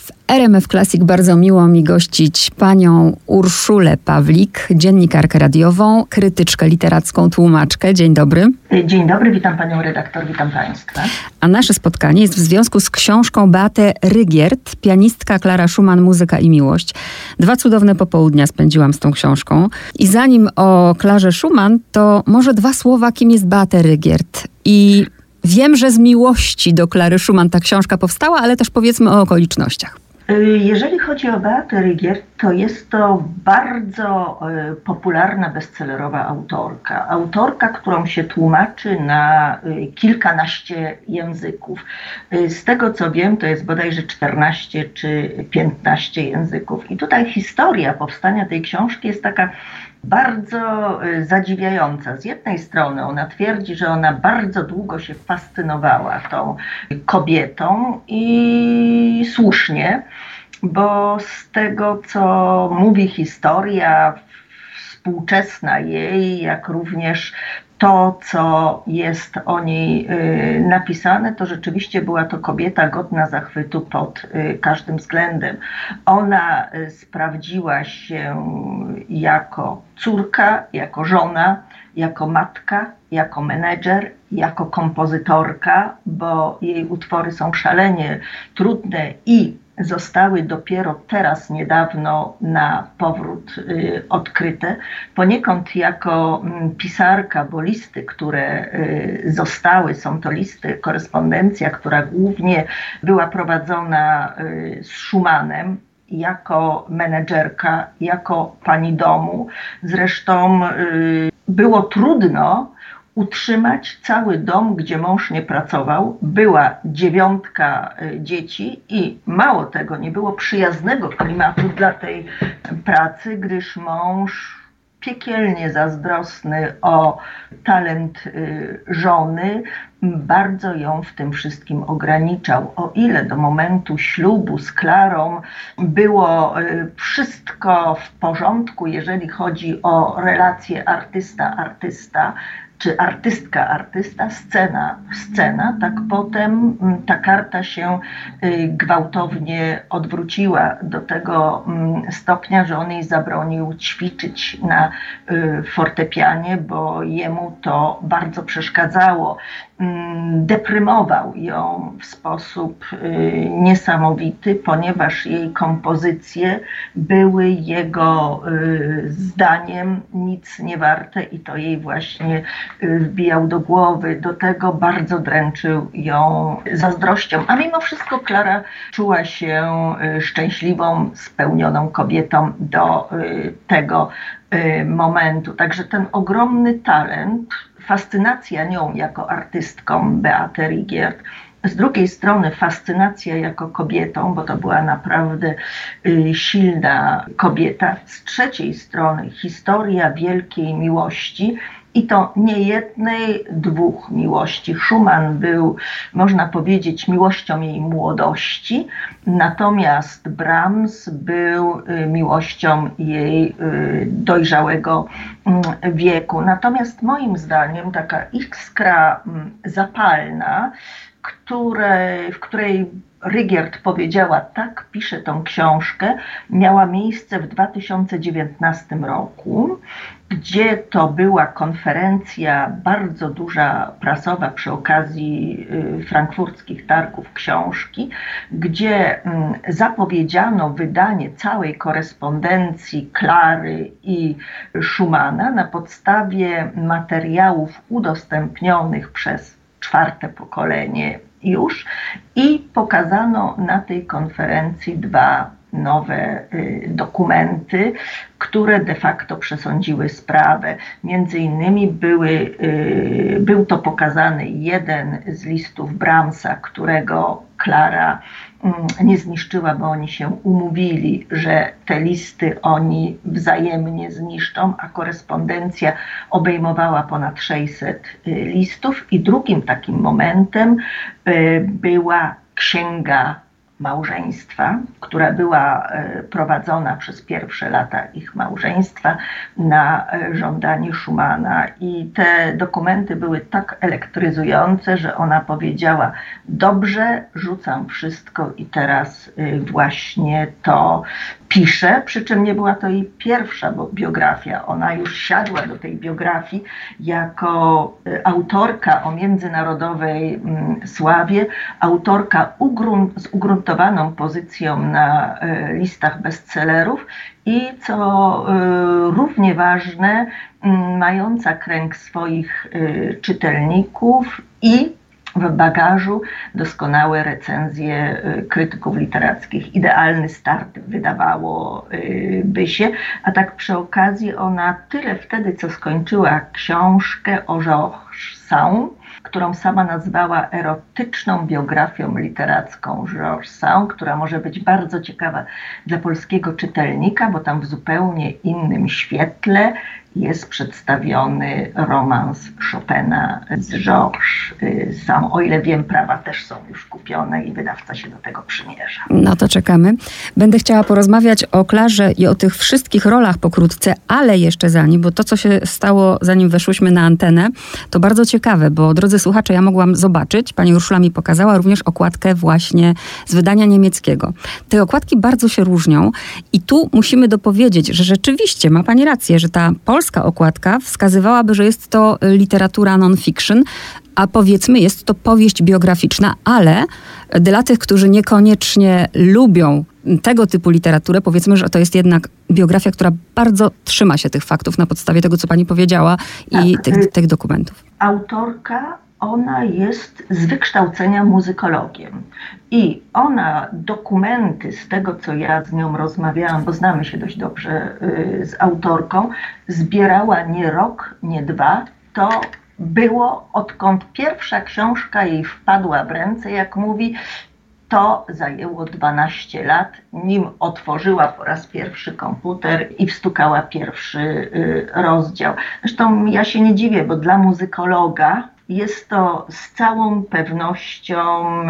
RMF Classic bardzo miło mi gościć panią Urszulę Pawlik, dziennikarkę radiową, krytyczkę literacką, tłumaczkę. Dzień dobry. Dzień dobry, witam panią redaktor, witam państwa. A nasze spotkanie jest w związku z książką Beaty Rygiert, Pianistka, Klara Schumann, Muzyka i miłość. 2 cudowne popołudnia spędziłam z tą książką. I zanim o Klarze Schumann, to może 2 słowa, kim jest Beata Rygiert. I wiem, że z miłości do Klary Schumann ta książka powstała, ale też powiedzmy o okolicznościach. Jeżeli chodzi o Beatę Rygiert, to jest to bardzo popularna, bestsellerowa autorka. Autorka, którą się tłumaczy na kilkanaście języków. Z tego co wiem, to jest bodajże 14 czy 15 języków. I tutaj historia powstania tej książki jest taka bardzo zadziwiająca. Z jednej strony ona twierdzi, że ona bardzo długo się fascynowała tą kobietą i słusznie, bo z tego, co mówi historia współczesna jej, jak również to, co jest o niej napisane, to rzeczywiście była to kobieta godna zachwytu pod każdym względem. Ona sprawdziła się jako córka, jako żona, jako matka, jako menedżer, jako kompozytorka, bo jej utwory są szalenie trudne i zostały dopiero teraz niedawno na powrót odkryte. Poniekąd jako pisarka, bo listy, które zostały, są to listy, korespondencja, która głównie była prowadzona z Schumannem, jako menedżerka, jako pani domu. Zresztą było trudno utrzymać cały dom, gdzie mąż nie pracował. Była 9 dzieci i mało tego, nie było przyjaznego klimatu dla tej pracy, gdyż mąż piekielnie zazdrosny o talent żony, bardzo ją w tym wszystkim ograniczał. O ile do momentu ślubu z Klarą było wszystko w porządku, jeżeli chodzi o relacje artysta-artysta, czy artystka-artysta, scena, tak potem ta karta się gwałtownie odwróciła do tego stopnia, że on jej zabronił ćwiczyć na fortepianie, bo jemu to bardzo przeszkadzało. Deprymował ją w sposób niesamowity, ponieważ jej kompozycje były jego zdaniem nic nie warte i to jej właśnie wbijał do głowy. Do tego bardzo dręczył ją zazdrością. A mimo wszystko Klara czuła się szczęśliwą, spełnioną kobietą do tego momentu. Także ten ogromny talent, fascynacja nią jako artystką Beaty Rygiert, z drugiej strony fascynacja jako kobietą, bo to była naprawdę silna kobieta, z trzeciej strony historia wielkiej miłości, i to nie jednej, 2 miłości. Schumann był, można powiedzieć, miłością jej młodości, natomiast Brahms był miłością jej dojrzałego wieku. Natomiast moim zdaniem taka iskra zapalna, w której Rygiert powiedziała: tak, piszę tą książkę, miała miejsce w 2019 roku, gdzie to była konferencja bardzo duża, prasowa, przy okazji frankfurckich targów książki, gdzie zapowiedziano wydanie całej korespondencji Klary i Schumanna na podstawie materiałów udostępnionych przez 4. pokolenie już, i pokazano na tej konferencji 2 nowe dokumenty, które de facto przesądziły sprawę. Między innymi był to pokazany jeden z listów Brahmsa, którego Klara nie zniszczyła, bo oni się umówili, że te listy oni wzajemnie zniszczą, a korespondencja obejmowała ponad 600 listów. I drugim takim momentem była księga małżeństwa, która była prowadzona przez pierwsze lata ich małżeństwa na żądanie Schumana. I te dokumenty były tak elektryzujące, że ona powiedziała: dobrze, rzucam wszystko i teraz właśnie to pisze, przy czym nie była to jej pierwsza biografia. Ona już siadła do tej biografii jako autorka o międzynarodowej sławie, autorka z ugruntowaną pozycją na listach bestsellerów i co równie ważne, mająca kręg swoich czytelników i w bagażu doskonałe recenzje krytyków literackich. Idealny start, wydawałoby się, a tak przy okazji ona tyle wtedy, co skończyła książkę o Georges Sand, którą sama nazwała erotyczną biografią literacką Georges Sand, która może być bardzo ciekawa dla polskiego czytelnika, bo tam w zupełnie innym świetle jest przedstawiony romans Chopina z Georges Sand. O ile wiem, prawa też są już kupione i wydawca się do tego przymierza. No to czekamy. Będę chciała porozmawiać o Klarze i o tych wszystkich rolach pokrótce, ale jeszcze zanim, bo to, co się stało, zanim weszłyśmy na antenę, to bardzo ciekawe, bo drodzy słuchacze, ja mogłam zobaczyć, pani Urszula mi pokazała również okładkę właśnie z wydania niemieckiego. Te okładki bardzo się różnią i tu musimy dopowiedzieć, że rzeczywiście ma pani rację, że ta polska okładka wskazywałaby, że jest to literatura non-fiction, a powiedzmy jest to powieść biograficzna, ale dla tych, którzy niekoniecznie lubią tego typu literaturę, powiedzmy, że to jest jednak biografia, która bardzo trzyma się tych faktów na podstawie tego, co pani powiedziała i tych dokumentów. Autorka, ona jest z wykształcenia muzykologiem i ona dokumenty z tego, co ja z nią rozmawiałam, bo znamy się dość dobrze z autorką, zbierała nie rok, nie dwa, to było odkąd pierwsza książka jej wpadła w ręce, jak mówi, to zajęło 12 lat, nim otworzyła po raz pierwszy komputer i wstukała pierwszy rozdział. Zresztą ja się nie dziwię, bo dla muzykologa jest to z całą pewnością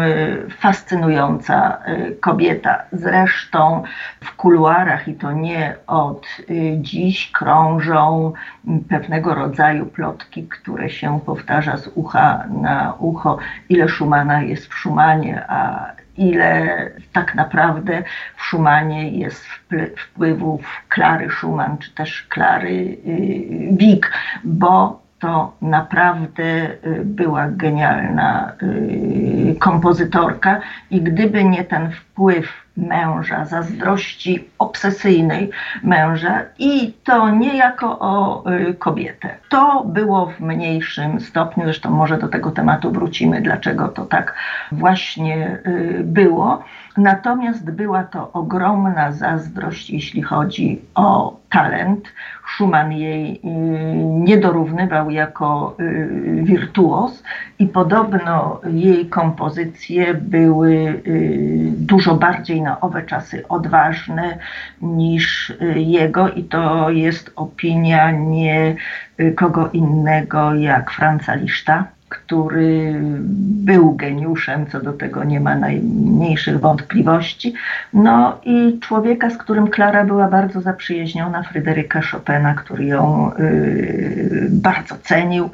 fascynująca kobieta. Zresztą w kuluarach, i to nie od dziś, krążą pewnego rodzaju plotki, które się powtarza z ucha na ucho, ile Schumana jest w Schumanie, a ile tak naprawdę w Schumanie jest wpływów Klary Schumann, czy też Klary Wieck, bo to naprawdę była genialna kompozytorka i gdyby nie ten wpływ męża, zazdrości obsesyjnej męża i to nie jako o kobietę. To było w mniejszym stopniu, zresztą może do tego tematu wrócimy, dlaczego to tak właśnie było. Natomiast była to ogromna zazdrość, jeśli chodzi o talent. Schumann jej nie dorównywał jako wirtuoz i podobno jej kompozycje były dużo bardziej na owe czasy odważne niż jego i to jest opinia nie kogo innego jak Franza Liszta, który był geniuszem, co do tego nie ma najmniejszych wątpliwości. No i człowieka, z którym Klara była bardzo zaprzyjaźniona, Fryderyka Chopina, który ją bardzo cenił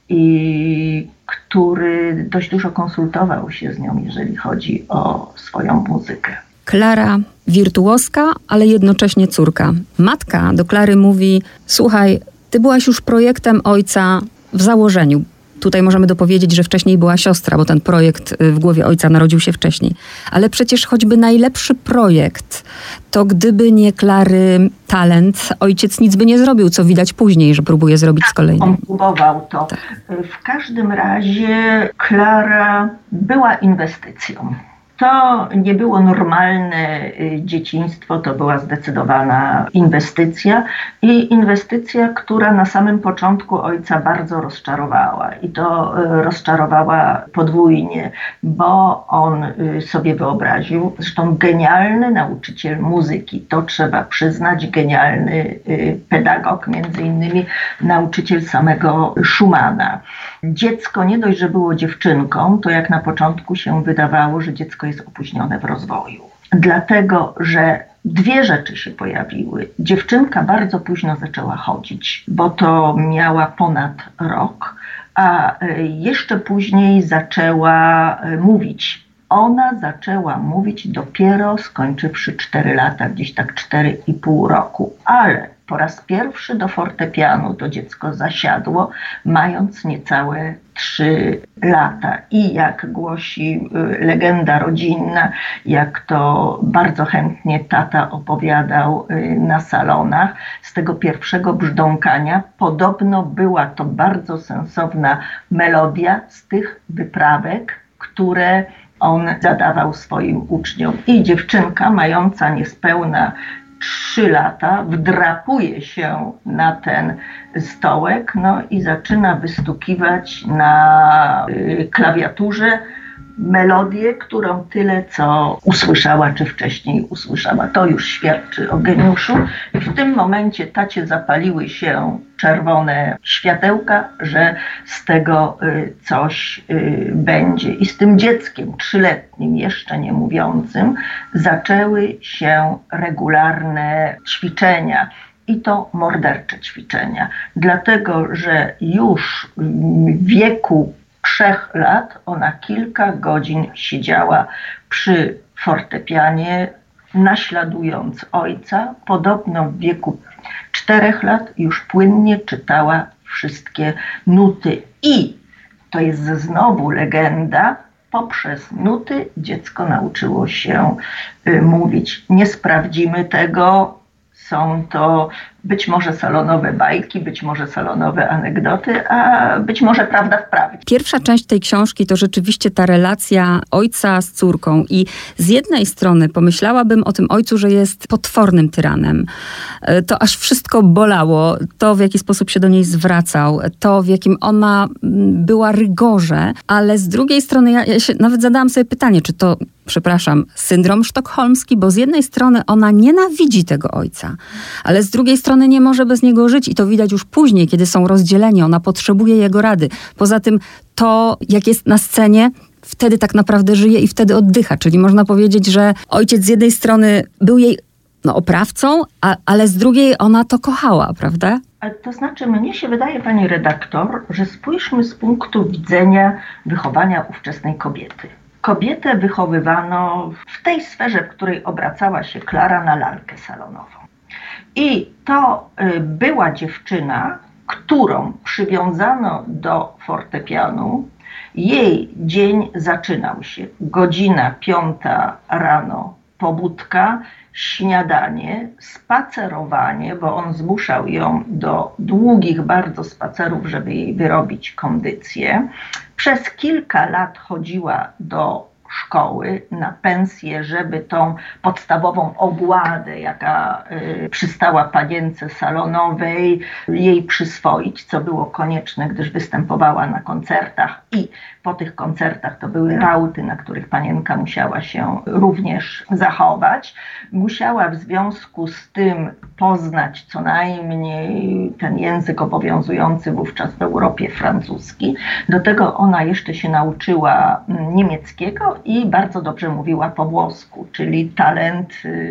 i który dość dużo konsultował się z nią, jeżeli chodzi o swoją muzykę. Klara wirtuoska, ale jednocześnie córka. Matka do Klary mówi: słuchaj, ty byłaś już projektem ojca w założeniu. Tutaj możemy dopowiedzieć, że wcześniej była siostra, bo ten projekt w głowie ojca narodził się wcześniej. Ale przecież choćby najlepszy projekt, to gdyby nie Klary talent, ojciec nic by nie zrobił, co widać później, że próbuje zrobić z kolejnym. On próbował to. Tak. W każdym razie Klara była inwestycją. To nie było normalne dzieciństwo, to była zdecydowana inwestycja i inwestycja, która na samym początku ojca bardzo rozczarowała i to rozczarowała podwójnie, bo on sobie wyobraził, zresztą genialny nauczyciel muzyki, to trzeba przyznać, genialny pedagog, między innymi nauczyciel samego Schumana. Dziecko nie dość, że było dziewczynką, to jak na początku się wydawało, że dziecko jest opóźnione w rozwoju. Dlatego, że dwie rzeczy się pojawiły. Dziewczynka bardzo późno zaczęła chodzić, bo to miała ponad rok, a jeszcze później zaczęła mówić. Ona zaczęła mówić dopiero skończywszy 4 lata, gdzieś tak 4,5 roku, ale po raz pierwszy do fortepianu to dziecko zasiadło, mając niecałe 3 lata. I jak głosi legenda rodzinna, jak to bardzo chętnie tata opowiadał na salonach, z tego pierwszego brzdąkania podobno była to bardzo sensowna melodia z tych wyprawek, które on zadawał swoim uczniom. I dziewczynka mająca niespełna 3 lata wdrapuje się na ten stołek, no i zaczyna wystukiwać na klawiaturze melodię, którą tyle co usłyszała, czy wcześniej usłyszała. To już świadczy o geniuszu. I w tym momencie tacie zapaliły się czerwone światełka, że z tego coś będzie. I z tym dzieckiem 3-letnim, jeszcze nie mówiącym, zaczęły się regularne ćwiczenia. I to mordercze ćwiczenia. Dlatego, że już w wieku 3 lat ona kilka godzin siedziała przy fortepianie, naśladując ojca. Podobno w wieku 4 lat już płynnie czytała wszystkie nuty. I to jest znowu legenda, poprzez nuty dziecko nauczyło się mówić. Nie sprawdzimy tego. Są to być może salonowe bajki, być może salonowe anegdoty, a być może prawda w prawie. Pierwsza część tej książki to rzeczywiście ta relacja ojca z córką i z jednej strony pomyślałabym o tym ojcu, że jest potwornym tyranem. To aż wszystko bolało, to w jaki sposób się do niej zwracał, to w jakim ona była rygorze, ale z drugiej strony ja się nawet zadałam sobie pytanie, czy to, syndrom sztokholmski, bo z jednej strony ona nienawidzi tego ojca, ale z drugiej strony nie może bez niego żyć i to widać już później, kiedy są rozdzieleni, ona potrzebuje jego rady. Poza tym to, jak jest na scenie, wtedy tak naprawdę żyje i wtedy oddycha, czyli można powiedzieć, że ojciec z jednej strony był jej oprawcą, ale z drugiej ona to kochała, prawda? To znaczy, mnie się wydaje, pani redaktor, że spójrzmy z punktu widzenia wychowania ówczesnej kobiety. Kobietę wychowywano w tej sferze, w której obracała się Klara, na lalkę salonową. I to była dziewczyna, którą przywiązano do fortepianu. Jej dzień zaczynał się godzina 5 rano, pobudka, śniadanie, spacerowanie, bo on zmuszał ją do długich bardzo spacerów, żeby jej wyrobić kondycję. Przez kilka lat chodziła do szkoły, na pensję, żeby tą podstawową ogładę, jaka przystała panience salonowej, jej przyswoić, co było konieczne, gdyż występowała na koncertach i po tych koncertach to były rauty, na których panienka musiała się również zachować. Musiała w związku z tym poznać co najmniej ten język obowiązujący wówczas w Europie, francuski. Do tego ona jeszcze się nauczyła niemieckiego i bardzo dobrze mówiła po włosku, czyli talent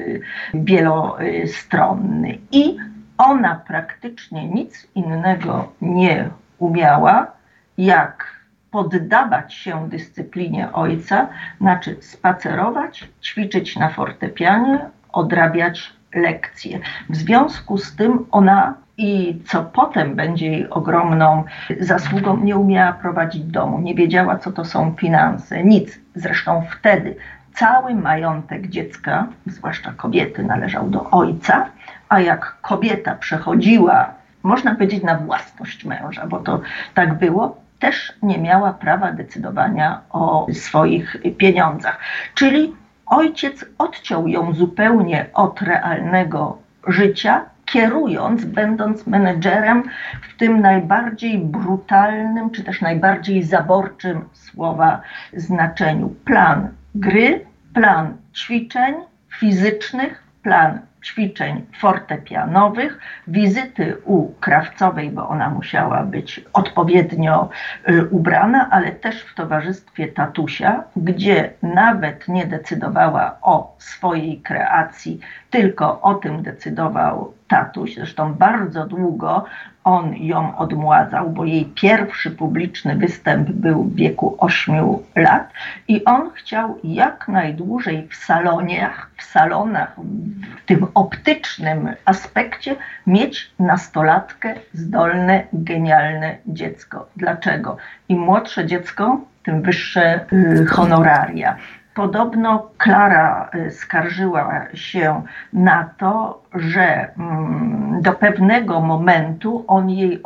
wielostronny. I ona praktycznie nic innego nie umiała, jak poddawać się dyscyplinie ojca, znaczy spacerować, ćwiczyć na fortepianie, odrabiać lekcje. W związku z tym ona, i co potem będzie jej ogromną zasługą, nie umiała prowadzić domu, nie wiedziała, co to są finanse, nic. Zresztą wtedy cały majątek dziecka, zwłaszcza kobiety, należał do ojca, a jak kobieta przechodziła, można powiedzieć, na własność męża, bo to tak było, też nie miała prawa decydowania o swoich pieniądzach. Czyli ojciec odciął ją zupełnie od realnego życia, kierując, będąc menedżerem w tym najbardziej brutalnym, czy też najbardziej zaborczym słowa znaczeniu. Plan gry, plan ćwiczeń fizycznych, plan ćwiczeń fortepianowych, wizyty u krawcowej, bo ona musiała być odpowiednio ubrana, ale też w towarzystwie tatusia, gdzie nawet nie decydowała o swojej kreacji, tylko o tym decydował tatuś. Zresztą bardzo długo on ją odmładzał, bo jej pierwszy publiczny występ był w wieku 8 lat i on chciał jak najdłużej w salonach, w tym optycznym aspekcie mieć nastolatkę, zdolne, genialne dziecko. Dlaczego? Im młodsze dziecko, tym wyższe honoraria. Podobno Klara skarżyła się na to, że do pewnego momentu on jej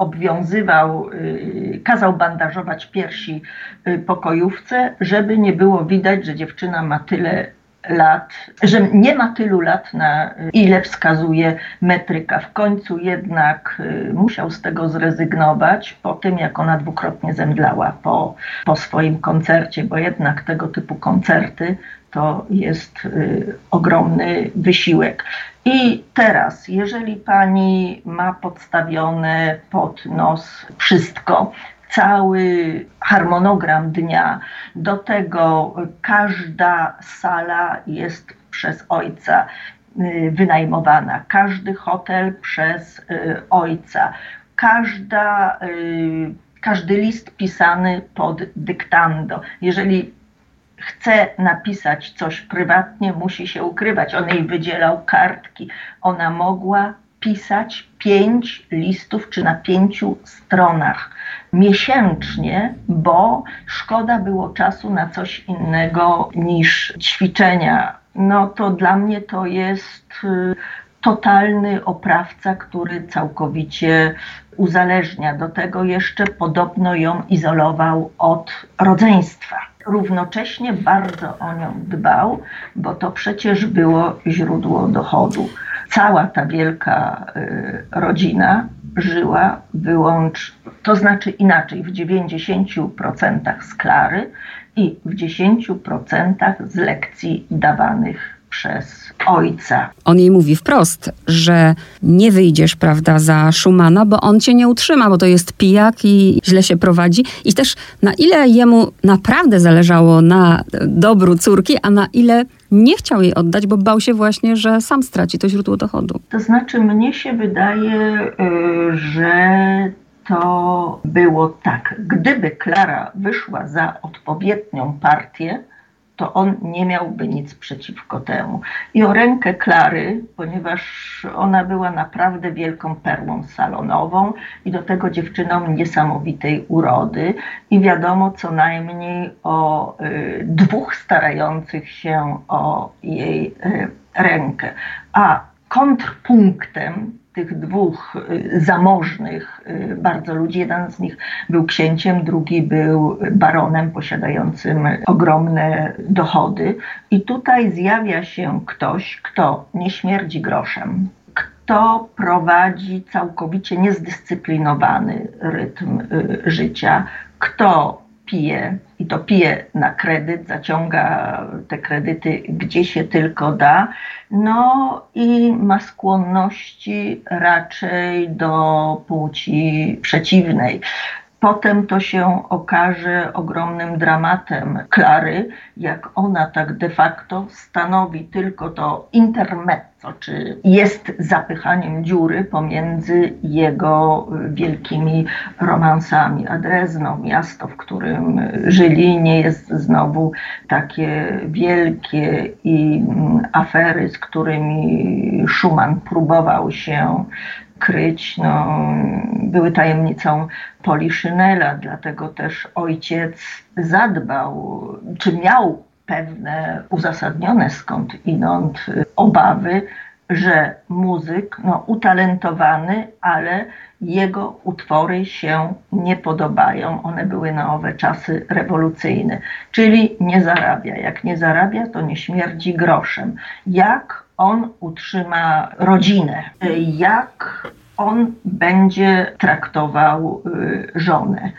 kazał bandażować piersi pokojówce, żeby nie było widać, że dziewczyna ma tyle lat, że nie ma tylu lat, na ile wskazuje metryka. W końcu jednak musiał z tego zrezygnować po tym, jak ona dwukrotnie zemdlała po swoim koncercie, bo jednak tego typu koncerty to jest ogromny wysiłek. I teraz, jeżeli pani ma podstawione pod nos wszystko, cały harmonogram dnia, do tego każda sala jest przez ojca wynajmowana, każdy hotel przez ojca, każdy list pisany pod dyktando. Jeżeli chce napisać coś prywatnie, musi się ukrywać. On jej wydzielał kartki. Ona mogła pisać 5 listów czy na 5 stronach miesięcznie, bo szkoda było czasu na coś innego niż ćwiczenia. No to dla mnie to jest totalny oprawca, który całkowicie uzależnia. Do tego jeszcze podobno ją izolował od rodzeństwa. Równocześnie bardzo o nią dbał, bo to przecież było źródło dochodu. Cała ta wielka rodzina żyła to znaczy inaczej, w 90% z Klary i w 10% z lekcji dawanych przez ojca. On jej mówi wprost, że nie wyjdziesz, prawda, za Schumana, bo on cię nie utrzyma, bo to jest pijak i źle się prowadzi. I też na ile jemu naprawdę zależało na dobru córki, a na ile nie chciał jej oddać, bo bał się właśnie, że sam straci to źródło dochodu. To znaczy, mnie się wydaje, że to było tak. Gdyby Klara wyszła za odpowiednią partię, to on nie miałby nic przeciwko temu. I o rękę Klary, ponieważ ona była naprawdę wielką perłą salonową i do tego dziewczyną niesamowitej urody i wiadomo co najmniej o 2 starających się o jej rękę. A kontrpunktem tych 2 zamożnych bardzo ludzi, jeden z nich był księciem, drugi był baronem posiadającym ogromne dochody. I tutaj zjawia się ktoś, kto nie śmierdzi groszem, kto prowadzi całkowicie niezdyscyplinowany rytm życia, kto pije i to pije na kredyt, zaciąga te kredyty gdzie się tylko da, no i ma skłonności raczej do płci przeciwnej. Potem to się okaże ogromnym dramatem Klary, jak ona tak de facto stanowi tylko to intermezzo, czy jest zapychaniem dziury pomiędzy jego wielkimi romansami. A Drezno, miasto, w którym żyli, nie jest znowu takie wielkie i afery, z którymi Schumann próbował się kryć, były tajemnicą Poliszynela, dlatego też ojciec zadbał, czy miał pewne uzasadnione skądinąd obawy, że muzyk, utalentowany, ale jego utwory się nie podobają. One były na owe czasy rewolucyjne, czyli nie zarabia. Jak nie zarabia, to nie śmierdzi groszem. Jak on utrzyma rodzinę? Jak on będzie traktował żonę?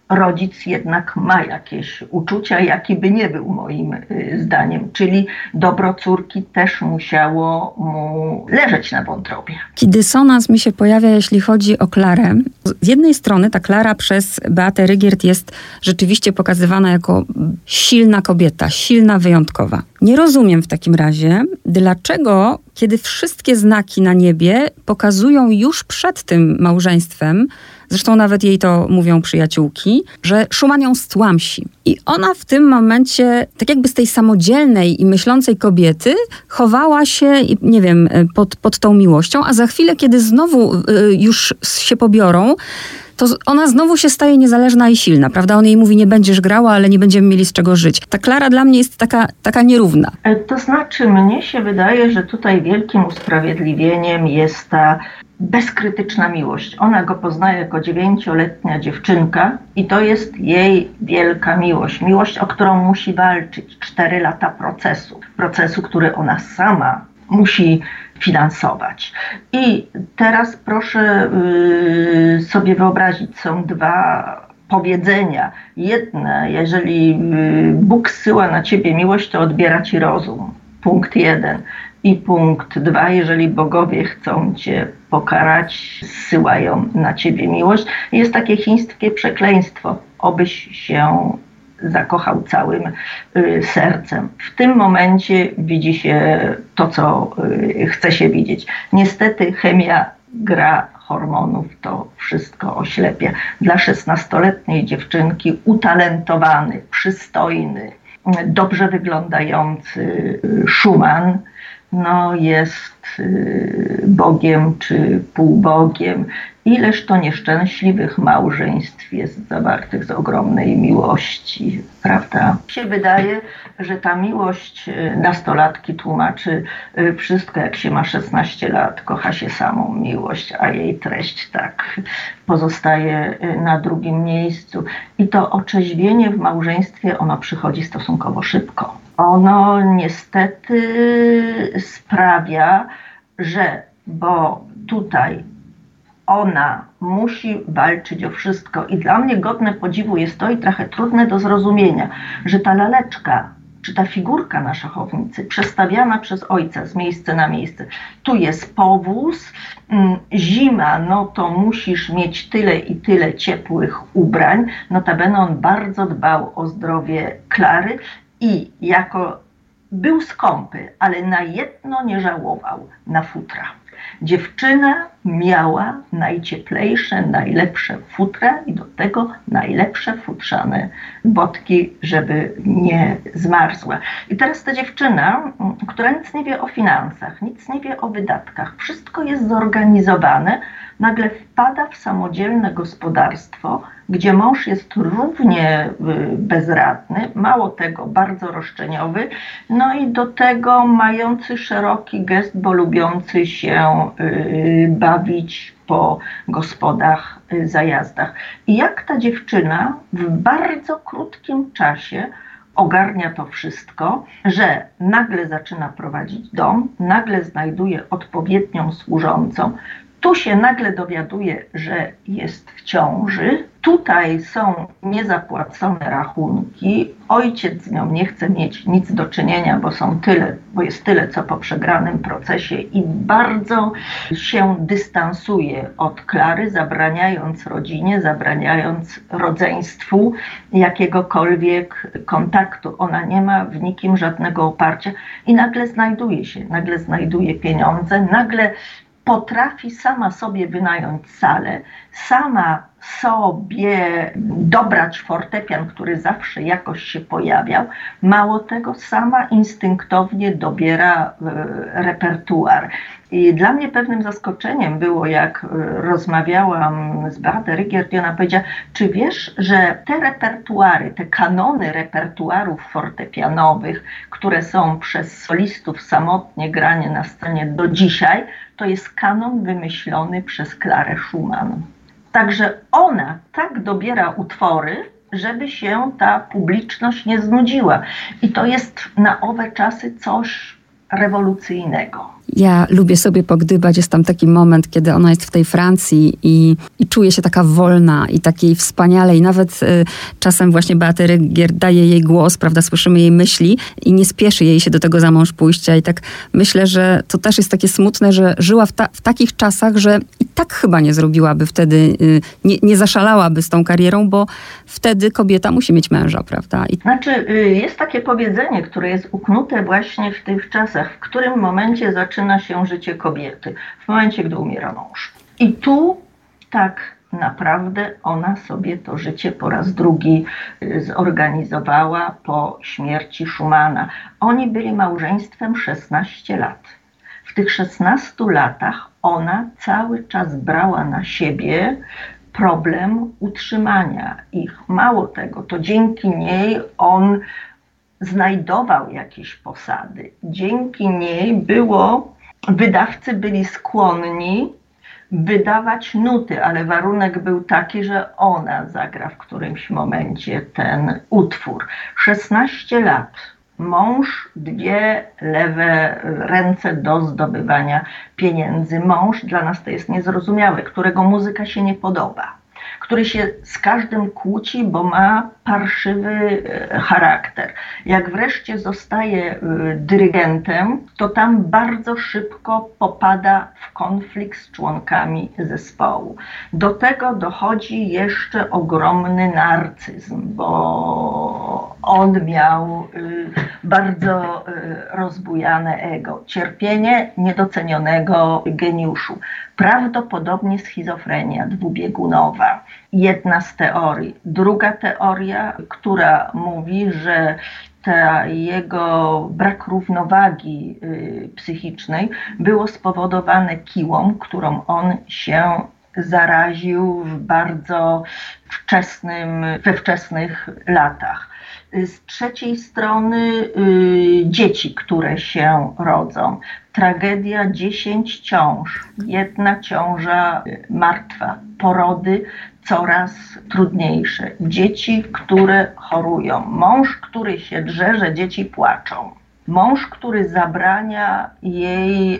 rodzic jednak ma jakieś uczucia, jaki by nie był moim zdaniem, czyli dobro córki też musiało mu leżeć na wątrobie. Taki dysonans mi się pojawia, jeśli chodzi o Klarę. Z jednej strony ta Klara przez Beatę Rygiert jest rzeczywiście pokazywana jako silna kobieta, silna, wyjątkowa. Nie rozumiem w takim razie, dlaczego, kiedy wszystkie znaki na niebie pokazują już przed tym małżeństwem, zresztą nawet jej to mówią przyjaciółki, że Schumann ją stłamsi. I ona w tym momencie, tak jakby z tej samodzielnej i myślącej kobiety, chowała się, nie wiem, pod tą miłością, a za chwilę, kiedy znowu już się pobiorą, to ona znowu się staje niezależna i silna, prawda? On jej mówi, nie będziesz grała, ale nie będziemy mieli z czego żyć. Ta Klara dla mnie jest taka nierówna. To znaczy, mnie się wydaje, że tutaj wielkim usprawiedliwieniem jest ta bezkrytyczna miłość. Ona go poznaje jako 9-letnia dziewczynka i to jest jej wielka miłość. Miłość, o którą musi walczyć 4 lata procesu, który ona sama musi finansować. I teraz proszę sobie wyobrazić, są 2 powiedzenia. Jedne, jeżeli Bóg zsyła na ciebie miłość, to odbiera ci rozum. Punkt 1. I punkt 2, jeżeli bogowie chcą cię pokarać, zsyłają na ciebie miłość. Jest takie chińskie przekleństwo, obyś się zakochał całym sercem. W tym momencie widzi się to, co chce się widzieć. Niestety chemia, gra hormonów to wszystko oślepia. Dla 16-letniej dziewczynki utalentowany, przystojny, dobrze wyglądający Schumann jest Bogiem czy półbogiem. Ileż to nieszczęśliwych małżeństw jest zawartych z ogromnej miłości, prawda? Mi się wydaje, że ta miłość nastolatki tłumaczy wszystko, jak się ma 16 lat, kocha się samą miłość, a jej treść tak pozostaje na drugim miejscu. I to otrzeźwienie w małżeństwie, ono przychodzi stosunkowo szybko. Ono niestety sprawia, że, bo tutaj ona musi walczyć o wszystko i dla mnie godne podziwu jest to i trochę trudne do zrozumienia, że ta laleczka, czy ta figurka na szachownicy przestawiana przez ojca z miejsca na miejsce. Tu jest powóz, zima, to musisz mieć tyle i tyle ciepłych ubrań. Notabene on bardzo dbał o zdrowie Klary i był skąpy, ale na jedno nie żałował, na futra. Dziewczyna miała najcieplejsze, najlepsze futra i do tego najlepsze futrzane botki, żeby nie zmarzła. I teraz ta dziewczyna, która nic nie wie o finansach, nic nie wie o wydatkach, wszystko jest zorganizowane, nagle wpada w samodzielne gospodarstwo, gdzie mąż jest równie bezradny, mało tego, bardzo roszczeniowy, i do tego mający szeroki gest, bo lubiący się bawić po gospodach, zajazdach. I jak ta dziewczyna w bardzo krótkim czasie ogarnia to wszystko, że nagle zaczyna prowadzić dom, nagle znajduje odpowiednią służącą, tu się nagle dowiaduje, że jest w ciąży. Tutaj są niezapłacone rachunki. Ojciec z nią nie chce mieć nic do czynienia, bo jest tyle, co po przegranym procesie i bardzo się dystansuje od Klary, zabraniając rodzinie, zabraniając rodzeństwu jakiegokolwiek kontaktu. Ona nie ma w nikim żadnego oparcia i nagle znajduje pieniądze, nagle potrafi sama sobie wynająć salę, sama sobie dobrać fortepian, który zawsze jakoś się pojawiał. Mało tego, sama instynktownie dobiera repertuar. I dla mnie pewnym zaskoczeniem było, jak rozmawiałam z Beatą Rygiert i ona powiedziała, czy wiesz, że te repertuary, te kanony repertuarów fortepianowych, które są przez solistów samotnie grane na scenie do dzisiaj, to jest kanon wymyślony przez Klarę Schumann. Także ona tak dobiera utwory, żeby się ta publiczność nie znudziła. I to jest na owe czasy coś rewolucyjnego. Ja lubię sobie pogdybać. Jest tam taki moment, kiedy ona jest w tej Francji i czuje się taka wolna i takiej wspaniale. I nawet czasem właśnie Beaty Rygier daje jej głos, prawda, słyszymy jej myśli i nie spieszy jej się do tego za mąż pójścia. I tak myślę, że to też jest takie smutne, że żyła w takich czasach, że i tak chyba nie zrobiłaby wtedy, nie zaszalałaby z tą karierą, bo wtedy kobieta musi mieć męża, prawda? Znaczy, jest takie powiedzenie, które jest uknute właśnie w tych czasach, w którym momencie zaczyna się życie kobiety. W momencie, gdy umiera mąż. I tu tak naprawdę ona sobie to życie po raz drugi zorganizowała po śmierci Schumana. Oni byli małżeństwem 16 lat. W tych 16 latach ona cały czas brała na siebie problem utrzymania ich. Mało tego, to dzięki niej on znajdował jakieś posady. Dzięki niej wydawcy byli skłonni wydawać nuty, ale warunek był taki, że ona zagra w którymś momencie ten utwór. 16 lat. Mąż, 2 lewe ręce do zdobywania pieniędzy. Mąż, dla nas to jest niezrozumiałe, którego muzyka się nie podoba, który się z każdym kłóci, bo ma parszywy charakter. Jak wreszcie zostaje dyrygentem, to tam bardzo szybko popada w konflikt z członkami zespołu. Do tego dochodzi jeszcze ogromny narcyzm, bo on miał bardzo rozbujane ego, cierpienie niedocenionego geniuszu, prawdopodobnie schizofrenia dwubiegunowa. Jedna z teorii. Druga teoria, która mówi, że jego brak równowagi psychicznej było spowodowane kiłą, którą on się zaraził we wczesnych latach. Z trzeciej strony dzieci, które się rodzą. Tragedia 10 ciąż, 1 ciąża martwa, porody coraz trudniejsze, dzieci, które chorują, mąż, który się drze, że dzieci płaczą. Mąż, który zabrania jej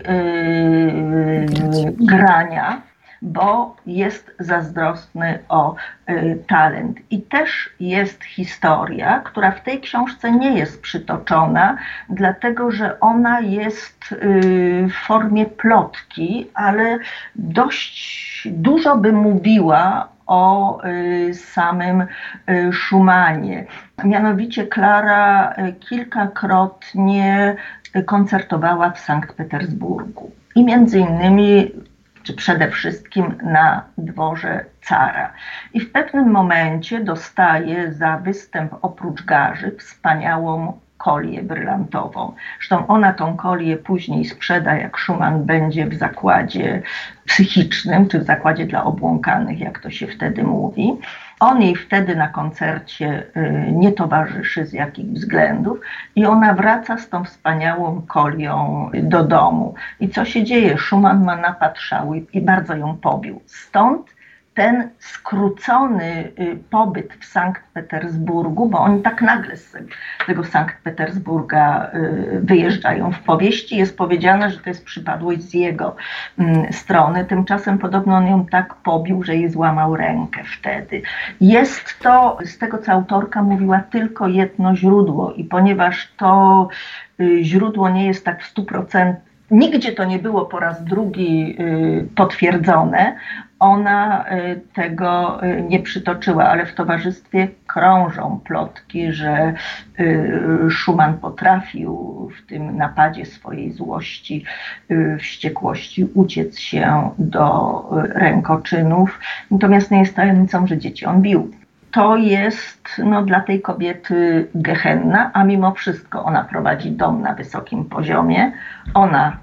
grania, bo jest zazdrosny o talent. I też jest historia, która w tej książce nie jest przytoczona, dlatego że ona jest w formie plotki, ale dość dużo by mówiła o samym Schumanie. Mianowicie Klara kilkakrotnie koncertowała w Sankt Petersburgu i między innymi czy przede wszystkim na dworze cara. I w pewnym momencie dostaje za występ oprócz garzy wspaniałą kolię brylantową. Zresztą ona tą kolię później sprzeda, jak Schumann będzie w zakładzie psychicznym, czy w zakładzie dla obłąkanych, jak to się wtedy mówi. On jej wtedy na koncercie nie towarzyszy z jakichś względów i ona wraca z tą wspaniałą kolią do domu. I co się dzieje? Schumann ma napad szału i bardzo ją pobił. Stąd ten skrócony pobyt w Sankt Petersburgu, bo oni tak nagle z tego Sankt Petersburga wyjeżdżają. W powieści jest powiedziane, że to jest przypadłość z jego strony. Tymczasem podobno on ją tak pobił, że jej złamał rękę wtedy. Jest to, z tego co autorka mówiła, tylko jedno źródło i ponieważ to źródło nie jest tak w 100%, nigdzie to nie było po raz drugi potwierdzone, ona tego nie przytoczyła, ale w towarzystwie krążą plotki, że Schumann potrafił w tym napadzie swojej złości, wściekłości uciec się do rękoczynów. Natomiast nie jest tajemnicą, że dzieci on bił. To jest dla tej kobiety gehenna, a mimo wszystko ona prowadzi dom na wysokim poziomie. Ona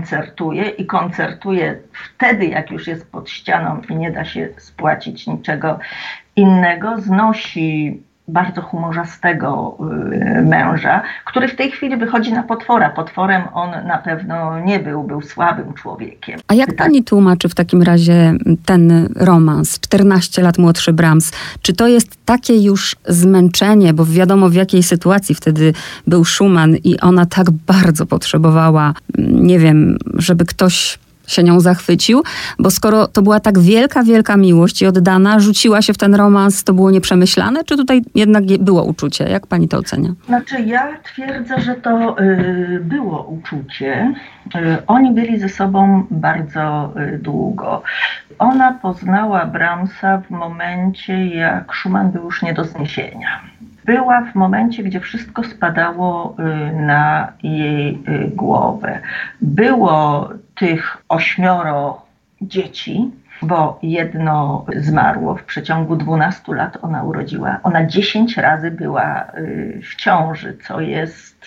koncertuje wtedy, jak już jest pod ścianą i nie da się spłacić niczego innego. Znosi bardzo humorzastego męża, który w tej chwili wychodzi na potwora. Potworem on na pewno nie był słabym człowiekiem. A jak pani tłumaczy w takim razie ten romans, 14 lat młodszy Brahms? Czy to jest takie już zmęczenie, bo wiadomo w jakiej sytuacji wtedy był Schumann i ona tak bardzo potrzebowała, nie wiem, żeby ktoś się nią zachwycił, bo skoro to była tak wielka, wielka miłość i oddana, rzuciła się w ten romans, to było nieprzemyślane, czy tutaj jednak było uczucie? Jak pani to ocenia? Znaczy ja twierdzę, że to było uczucie. Oni byli ze sobą bardzo długo. Ona poznała Brahmsa w momencie, jak Schumann był już nie do zniesienia. Była w momencie, gdzie wszystko spadało na jej głowę. Było tych 8 dzieci, bo jedno zmarło w przeciągu 12 lat ona urodziła. Ona 10 razy była w ciąży, co jest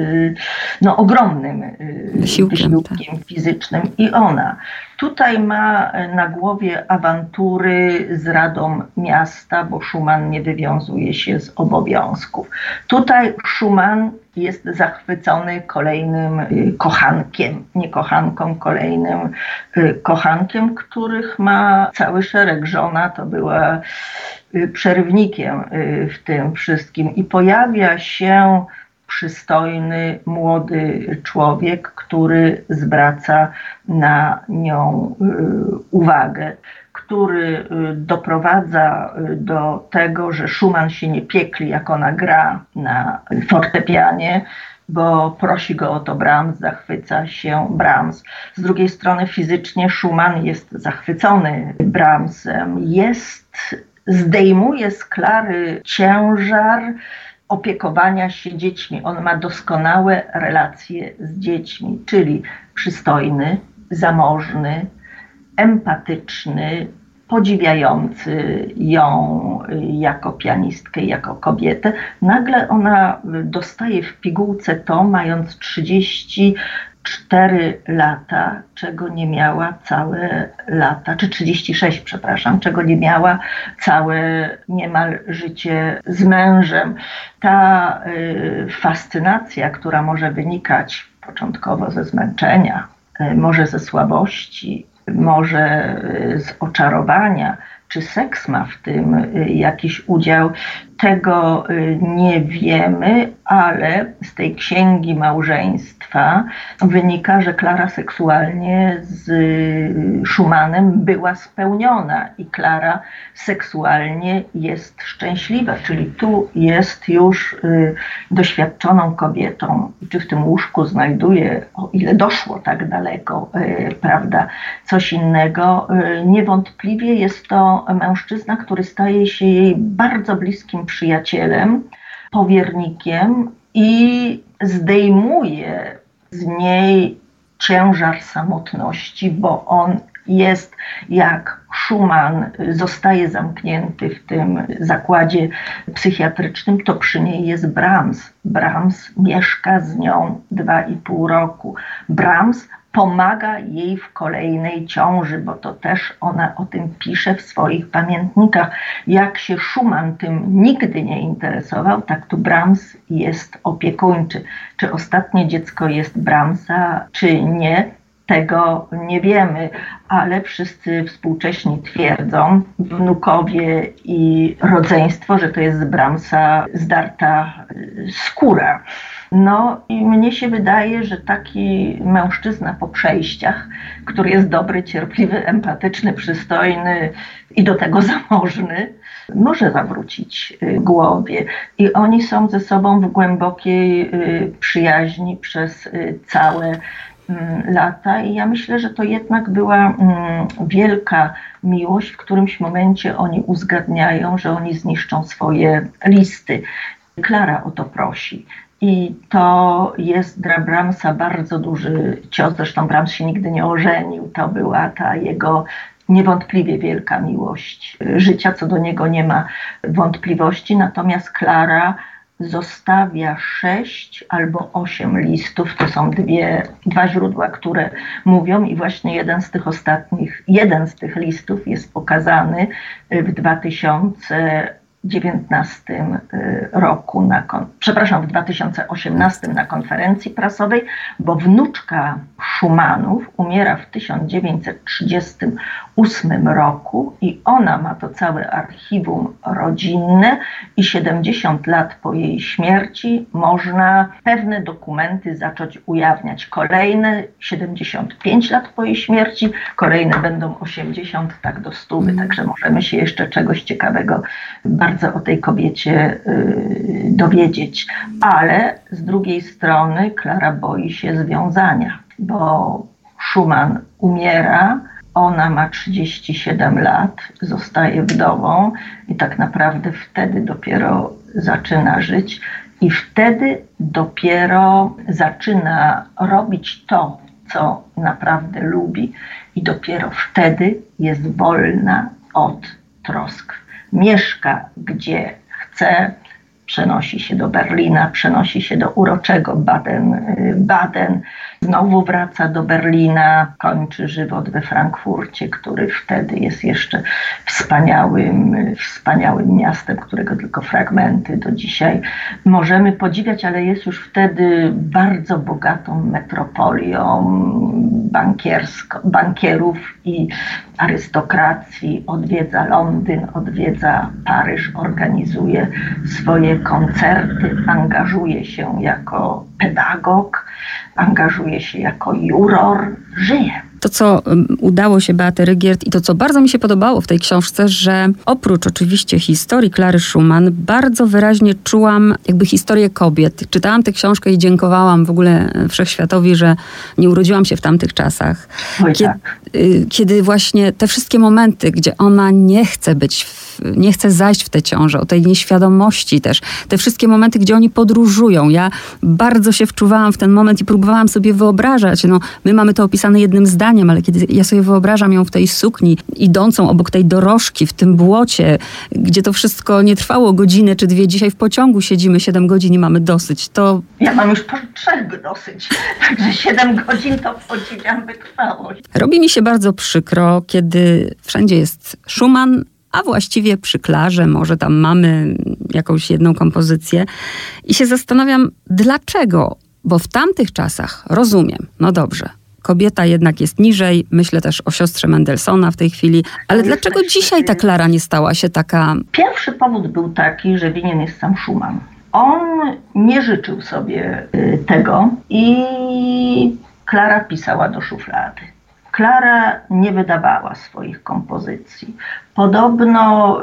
ogromnym wysiłkiem fizycznym. I ona tutaj ma na głowie awantury z Radą Miasta, bo Schumann nie wywiązuje się z obowiązków. Tutaj Schumann jest zachwycony kolejnym kochankiem, nie kochanką, kolejnym kochankiem, których ma cały szereg. Żona to była przerywnikiem w tym wszystkim i pojawia się przystojny, młody człowiek, który zwraca na nią uwagę, który doprowadza do tego, że Schumann się nie piekli, jak ona gra na fortepianie, bo prosi go o to Brahms, zachwyca się Brahms. Z drugiej strony fizycznie Schumann jest zachwycony Brahmsem, zdejmuje z Klary ciężar opiekowania się dziećmi. On ma doskonałe relacje z dziećmi, czyli przystojny, zamożny, empatyczny, podziwiający ją jako pianistkę, jako kobietę. Nagle ona dostaje w pigułce to, mając 34 lata, czego nie miała całe lata, czy 36, przepraszam, czego nie miała całe niemal życie z mężem. Ta fascynacja, która może wynikać początkowo ze zmęczenia, może ze słabości, może z oczarowania, czy seks ma w tym jakiś udział, tego nie wiemy, ale z tej księgi małżeństwa wynika, że Klara seksualnie z Schumannem była spełniona i Klara seksualnie jest szczęśliwa, czyli tu jest już doświadczoną kobietą. Czy w tym łóżku znajduje, o ile doszło tak daleko, prawda, coś innego, niewątpliwie jest to mężczyzna, który staje się jej bardzo bliskim przyjacielem, powiernikiem i zdejmuje z niej ciężar samotności, bo on jest, jak Schumann zostaje zamknięty w tym zakładzie psychiatrycznym, to przy niej jest Brahms. Brahms mieszka z nią 2,5 roku. Brahms pomaga jej w kolejnej ciąży, bo to też ona o tym pisze w swoich pamiętnikach. Jak się Schumann tym nigdy nie interesował, tak tu Brahms jest opiekuńczy. Czy ostatnie dziecko jest Brahmsa, czy nie, tego nie wiemy, ale wszyscy współcześni twierdzą, wnukowie i rodzeństwo, że to jest z Brahmsa zdarta skóra. No i mnie się wydaje, że taki mężczyzna po przejściach, który jest dobry, cierpliwy, empatyczny, przystojny i do tego zamożny, może zawrócić głowie. I oni są ze sobą w głębokiej przyjaźni przez całe lata i ja myślę, że to jednak była wielka miłość. W którymś momencie oni uzgadniają, że oni zniszczą swoje listy. Klara o to prosi. I to jest dla Brahmsa bardzo duży cios. Zresztą Brahms się nigdy nie ożenił. To była ta jego niewątpliwie wielka miłość życia. Co do niego nie ma wątpliwości. Natomiast Klara zostawia 6 albo 8 listów. To są dwa źródła, które mówią i właśnie jeden z tych listów jest pokazany w 2008 2019 roku, w 2018 na konferencji prasowej, bo wnuczka Schumannów umiera w 1938 roku i ona ma to całe archiwum rodzinne i 70 lat po jej śmierci można pewne dokumenty zacząć ujawniać. Kolejne 75 lat po jej śmierci, kolejne będą 80, tak do 100, także możemy się jeszcze czegoś ciekawego bardzo o tej kobiecie dowiedzieć. Ale z drugiej strony Klara boi się związania, bo Schumann umiera, ona ma 37 lat, zostaje wdową i tak naprawdę wtedy dopiero zaczyna żyć i wtedy dopiero zaczyna robić to, co naprawdę lubi i dopiero wtedy jest wolna od trosk. Mieszka gdzie chce, przenosi się do Berlina, przenosi się do uroczego Baden, znowu wraca do Berlina, kończy żywot we Frankfurcie, który wtedy jest jeszcze wspaniałym miastem, którego tylko fragmenty do dzisiaj możemy podziwiać, ale jest już wtedy bardzo bogatą metropolią bankierów i arystokracji, odwiedza Londyn, odwiedza Paryż, organizuje swoje koncerty, angażuje się jako pedagog, angażuje się jako juror, żyje. To, co udało się Beaty Rygiert i to, co bardzo mi się podobało w tej książce, że oprócz oczywiście historii Klary Schumann, bardzo wyraźnie czułam jakby historię kobiet. Czytałam tę książkę i dziękowałam w ogóle wszechświatowi, że nie urodziłam się w tamtych czasach. Kiedy właśnie te wszystkie momenty, gdzie ona nie chce zajść w tę ciążę, o tej nieświadomości też. Te wszystkie momenty, gdzie oni podróżują. Ja bardzo się wczuwałam w ten moment i próbowałam sobie wyobrażać. My mamy to opisane jednym zdaniem, ale kiedy ja sobie wyobrażam ją w tej sukni, idącą obok tej dorożki, w tym błocie, gdzie to wszystko nie trwało godzinę czy dwie. Dzisiaj w pociągu siedzimy 7 godzin i mamy dosyć. Ja mam już po 3 dosyć. Także 7 godzin to podziwiam wytrwałość. Robi mi się bardzo przykro, kiedy wszędzie jest Schumann, a właściwie przy Klarze może tam mamy jakąś jedną kompozycję i się zastanawiam, dlaczego, bo w tamtych czasach rozumiem, no dobrze, kobieta jednak jest niżej, myślę też o siostrze Mendelssohna w tej chwili, ale dlaczego dzisiaj ta Klara nie stała się taka... Pierwszy powód był taki, że winien jest sam Schumann. On nie życzył sobie tego i Klara pisała do szuflady. Klara nie wydawała swoich kompozycji. Podobno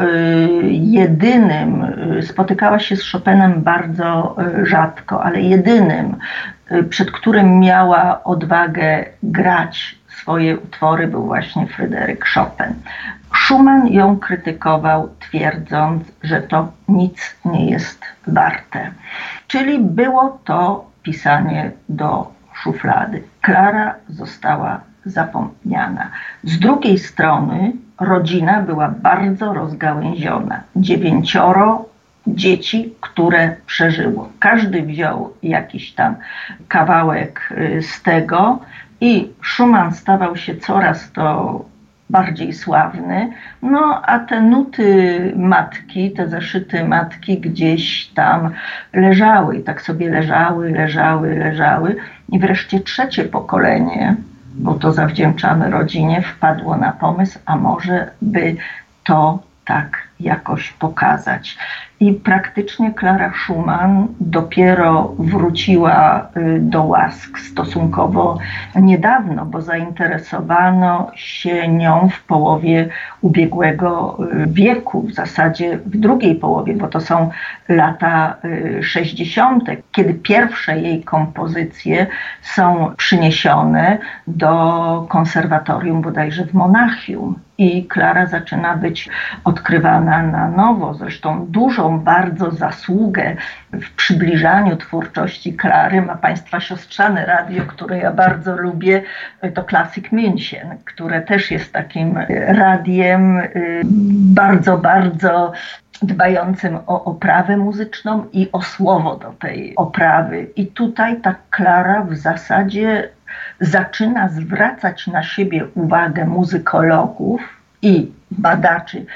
spotykała się z Chopinem bardzo rzadko, ale jedynym, przed którym miała odwagę grać swoje utwory, był właśnie Fryderyk Chopin. Schumann ją krytykował, twierdząc, że to nic nie jest warte. Czyli było to pisanie do szuflady. Klara została zapomniana. Z drugiej strony rodzina była bardzo rozgałęziona. 9 dzieci, które przeżyło. Każdy wziął jakiś tam kawałek z tego i Schumann stawał się coraz to bardziej sławny, a te nuty matki, te zaszyty matki gdzieś tam leżały i tak sobie leżały i wreszcie 3 pokolenie, bo to zawdzięczamy rodzinie, wpadło na pomysł, a może by to tak jakoś pokazać. I praktycznie Klara Schumann dopiero wróciła do łask stosunkowo niedawno, bo zainteresowano się nią w połowie ubiegłego wieku, w zasadzie w drugiej połowie, bo to są lata 60., kiedy pierwsze jej kompozycje są przyniesione do konserwatorium bodajże w Monachium. I Klara zaczyna być odkrywana na nowo. Zresztą dużą bardzo zasługę w przybliżaniu twórczości Klary ma państwa siostrzane radio, które ja bardzo lubię, to Classic München, które też jest takim radiem bardzo, bardzo dbającym o oprawę muzyczną i o słowo do tej oprawy. I tutaj ta Klara w zasadzie zaczyna zwracać na siebie uwagę muzykologów i badaczy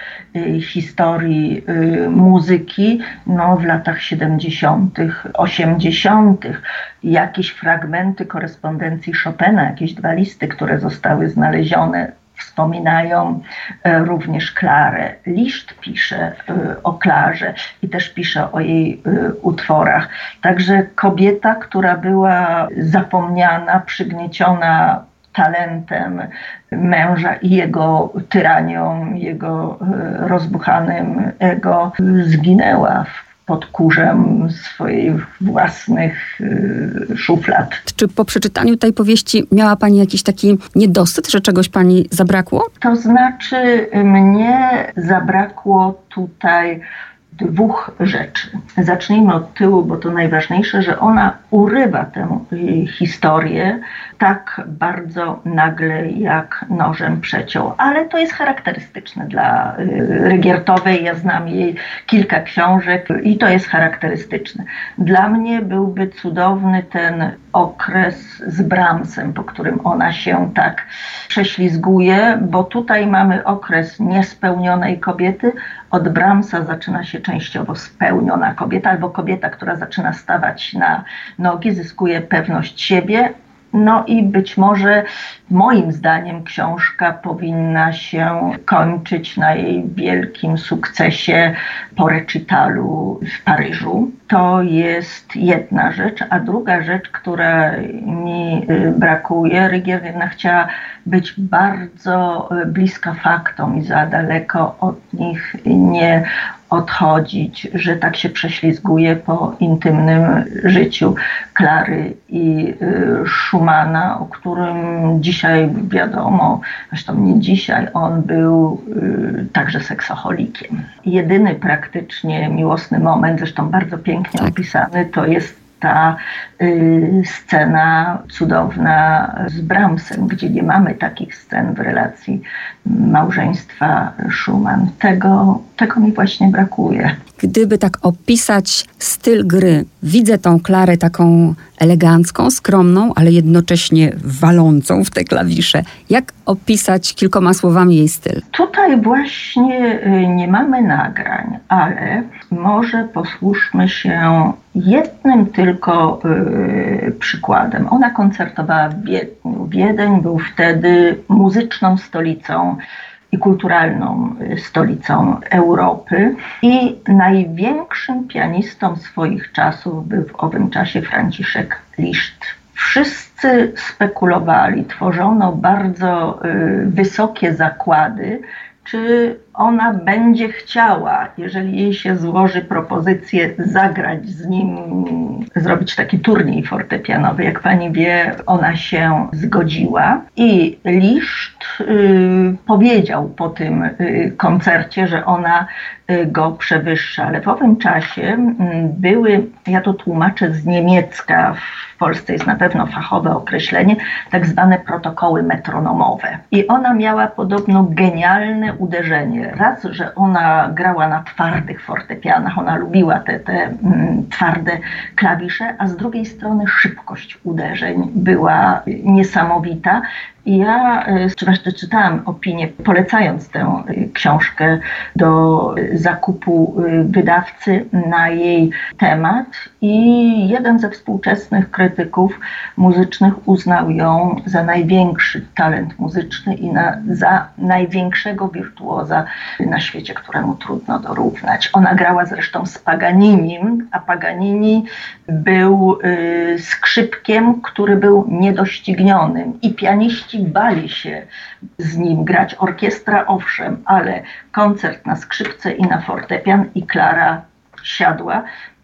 historii muzyki w latach 70., 80. Jakieś fragmenty korespondencji Chopina, jakieś 2 listy, które zostały znalezione, wspominają również Klarę. Liszt pisze o Klarze i też pisze o jej utworach. Także kobieta, która była zapomniana, przygnieciona talentem męża i jego tyranią, jego rozbuchanym ego, zginęła pod kurzem swoich własnych szuflad. Czy po przeczytaniu tej powieści miała Pani jakiś taki niedosyt, że czegoś Pani zabrakło? To znaczy, mnie zabrakło tutaj 2 rzeczy. Zacznijmy od tyłu, bo to najważniejsze, że ona urywa tę historię tak bardzo nagle, jak nożem przeciął. Ale to jest charakterystyczne dla Rygiertowej. Ja znam jej kilka książek i to jest charakterystyczne. Dla mnie byłby cudowny ten okres z Brahmsem, po którym ona się tak prześlizguje, bo tutaj mamy okres niespełnionej kobiety. Od Brahmsa zaczyna się częściowo spełniona kobieta, albo kobieta, która zaczyna stawać na nogi, zyskuje pewność siebie. I być może, moim zdaniem, książka powinna się kończyć na jej wielkim sukcesie po recitalu w Paryżu. To jest jedna rzecz, a druga rzecz, która mi brakuje, Rygier jednak chciała być bardzo bliska faktom i za daleko od nich nie odchodzić, że tak się prześlizguje po intymnym życiu Klary i Schumana, o którym dzisiaj wiadomo, zresztą nie dzisiaj, on był także seksoholikiem. Jedyny praktycznie miłosny moment, zresztą bardzo pięknie opisany, to jest ta scena cudowna z Brahmsem, gdzie nie mamy takich scen w relacji małżeństwa Schumann. Tego mi właśnie brakuje. Gdyby tak opisać styl gry, widzę tą Klarę taką elegancką, skromną, ale jednocześnie walącą w te klawisze. Jak opisać kilkoma słowami jej styl? Tutaj właśnie nie mamy nagrań, ale może posłużmy się jednym tylko przykładem. Ona koncertowała w Wiedniu. Wiedeń był wtedy muzyczną stolicą i kulturalną stolicą Europy i największym pianistą swoich czasów był w owym czasie Franciszek Liszt. Wszyscy spekulowali, tworzono bardzo wysokie zakłady, czy ona będzie chciała, jeżeli jej się złoży propozycję, zagrać z nim, zrobić taki turniej fortepianowy. Jak pani wie, ona się zgodziła i Liszt powiedział po tym koncercie, że ona go przewyższa. Ale w owym czasie były, ja to tłumaczę z niemiecka, w Polsce jest na pewno fachowe określenie, tak zwane protokoły metronomowe. I ona miała podobno genialne uderzenie. Raz, że ona grała na twardych fortepianach, ona lubiła te twarde klawisze, a z drugiej strony szybkość uderzeń była niesamowita. I ja czytałam opinię, polecając tę książkę do zakupu wydawcy na jej temat i jeden ze współczesnych krytyków muzycznych uznał ją za największy talent muzyczny i za największego wirtuoza na świecie, któremu trudno dorównać. Ona grała zresztą z Paganinim, a Paganini był skrzypkiem, który był niedoścignionym i pianiści bali się z nim grać. Orkiestra owszem, ale koncert na skrzypce i na fortepian i Klara siadła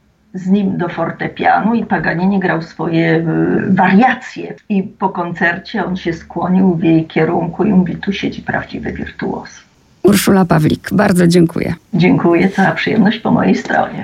z nim do fortepianu i Paganini grał swoje wariacje. I po koncercie on się skłonił w jej kierunku i mówi, tu siedzi prawdziwy wirtuoz. Urszula Pawlik, bardzo dziękuję. Dziękuję, cała przyjemność po mojej stronie.